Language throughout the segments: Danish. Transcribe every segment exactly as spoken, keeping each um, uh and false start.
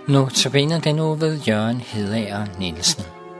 Notabene den nu ved Jørgen Hedager Nielsen.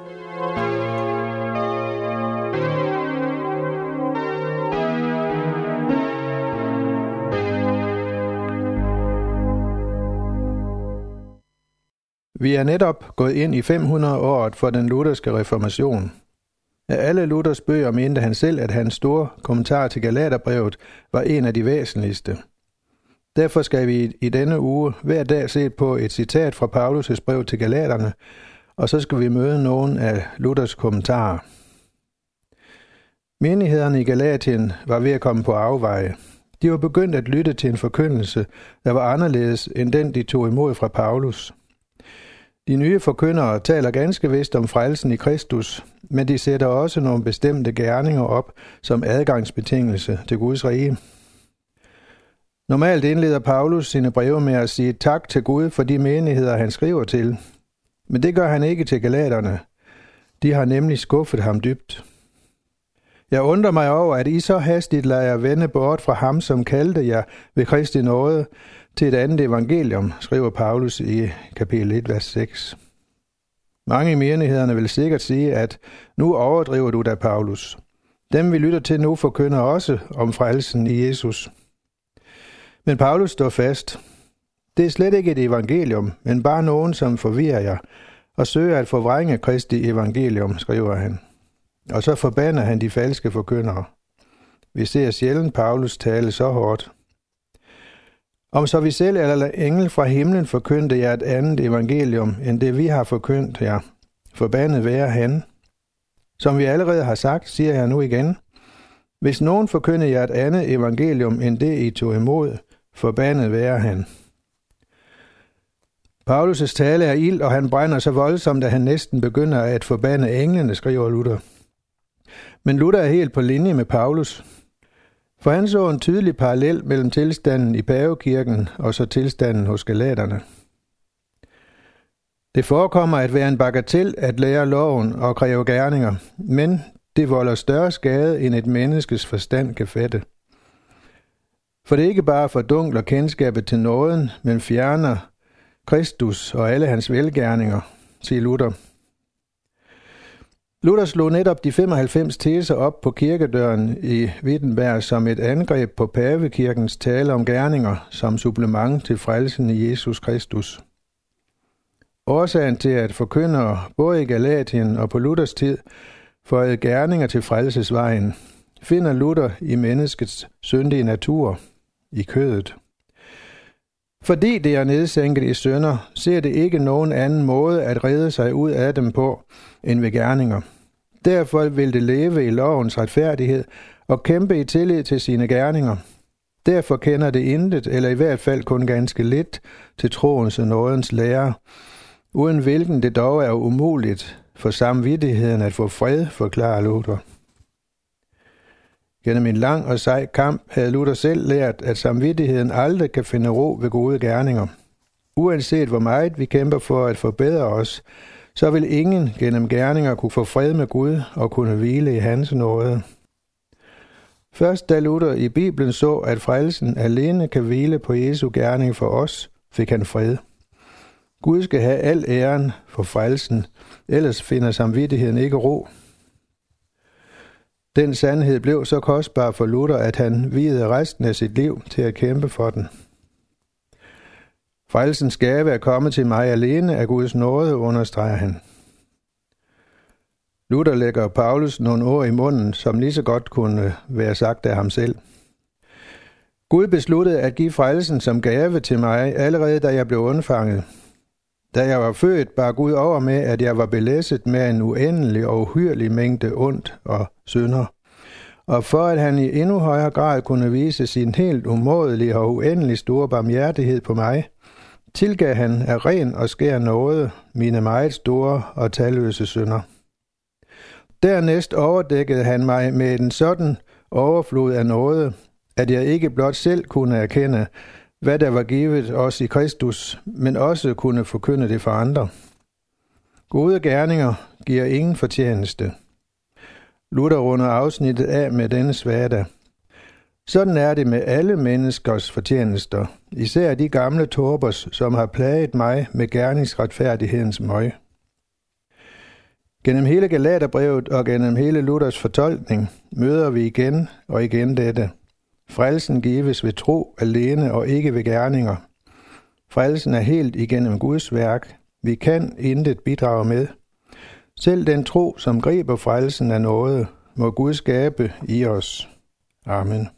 Vi er netop gået ind i fem hundrede året for den lutherske reformation. Af alle Luthers bøger mente han selv, at hans store kommentar til Galaterbrevet var en af de væsentligste. Derfor skal vi i denne uge hver dag se på et citat fra Paulus' brev til Galaterne, og så skal vi møde nogle af Luthers kommentarer. Menighederne i Galatien var ved at komme på afveje. De var begyndt at lytte til en forkyndelse, der var anderledes end den, de tog imod fra Paulus. De nye forkyndere taler ganske vist om frelsen i Kristus, men de sætter også nogle bestemte gerninger op som adgangsbetingelse til Guds rige. Normalt indleder Paulus sine breve med at sige tak til Gud for de menigheder, han skriver til. Men det gør han ikke til galaterne. De har nemlig skuffet ham dybt. Jeg undrer mig over, at I så hastigt lader jer vende bort fra ham, som kaldte jer ved Kristi nåde, til et andet evangelium, skriver Paulus i kapitel et, vers seks. Mange i menighederne vil sikkert sige, at nu overdriver du da, Paulus. Dem vi lytter til nu forkynder også om frelsen i Jesus. Men Paulus står fast. Det er slet ikke et evangelium, men bare nogen, som forvirrer jer og søger at forvrænge Kristi evangelium, skriver han. Og så forbander han de falske forkyndere. Vi ser sjældent Paulus tale så hårdt. Om så vi selv eller engel fra himlen forkyndte jer et andet evangelium, end det vi har forkyndt jer, forbandet være han. Som vi allerede har sagt, siger jeg nu igen. Hvis nogen forkynder jer et andet evangelium, end det I tog imod, forbandet være han. Paulus' tale er ild, og han brænder så voldsomt, at han næsten begynder at forbande englene, skriver Luther. Men Luther er helt på linje med Paulus. For han så en tydelig parallel mellem tilstanden i pavekirken og så tilstanden hos galaterne. Det forekommer at være en bagatel at lære loven og kræve gerninger, men det volder større skade, end et menneskes forstand kan fatte. For det er ikke bare fordunkler kendskabet til nåden, men fjerner Kristus og alle hans velgerninger, siger Luther. Luther slog netop de femoghalvfems teser op på kirkedøren i Wittenberg som et angreb på pavekirkens tale om gerninger som supplement til frelsen i Jesus Kristus. Årsagen til at forkyndere både i Galatien og på Luthers tid føjede gerninger til frelsesvejen, finder Luther i menneskets syndige natur, i kødet. Fordi det er nedsænket i synder, ser det ikke nogen anden måde at redde sig ud af dem på, end ved gerninger. Derfor vil det leve i lovens retfærdighed og kæmpe i tillid til sine gerninger. Derfor kender det intet, eller i hvert fald kun ganske lidt, til troens og nådens lære, uden hvilken det dog er umuligt for samvittigheden at få fred, forklarer Luther. Gennem en lang og sej kamp havde Luther selv lært, at samvittigheden aldrig kan finde ro ved gode gerninger. Uanset hvor meget vi kæmper for at forbedre os, så vil ingen gennem gerninger kunne få fred med Gud og kunne hvile i hans nåde. Først da Luther i Bibelen så, at frelsen alene kan hvile på Jesu gerning for os, fik han fred. Gud skal have al æren for frelsen, ellers finder samvittigheden ikke ro. Den sandhed blev så kostbar for Luther, at han viede resten af sit liv til at kæmpe for den. Frelsens gave er kommet til mig alene af Guds nåde, understreger han. Luther lægger Paulus nogle ord i munden, som lige så godt kunne være sagt af ham selv. Gud besluttede at give frelsen som gave til mig, allerede da jeg blev undfanget. Da jeg var født, bar Gud over med, at jeg var belæsset med en uendelig og uhyrlig mængde ondt og synder. Og for at han i endnu højere grad kunne vise sin helt umådelige og uendelig store barmhjertighed på mig, tilgav han af ren og skær nåde mine meget store og talløse synder. Dernæst overdækkede han mig med en sådan overflod af nåde, at jeg ikke blot selv kunne erkende, hvad der var givet os i Kristus, men også kunne forkynde det for andre. Gode gerninger giver ingen fortjeneste. Luther runder afsnittet af med denne svada. Sådan er det med alle menneskers fortjenester, især de gamle torbers, som har plaget mig med gerningsretfærdighedens møg. Gennem hele Galaterbrevet og gennem hele Luthers fortolkning møder vi igen og igen dette. Frelsen gives ved tro alene og ikke ved gerninger. Frelsen er helt igennem Guds værk. Vi kan intet bidrage med. Selv den tro, som griber frelsen af nåde, må Gud skabe i os. Amen.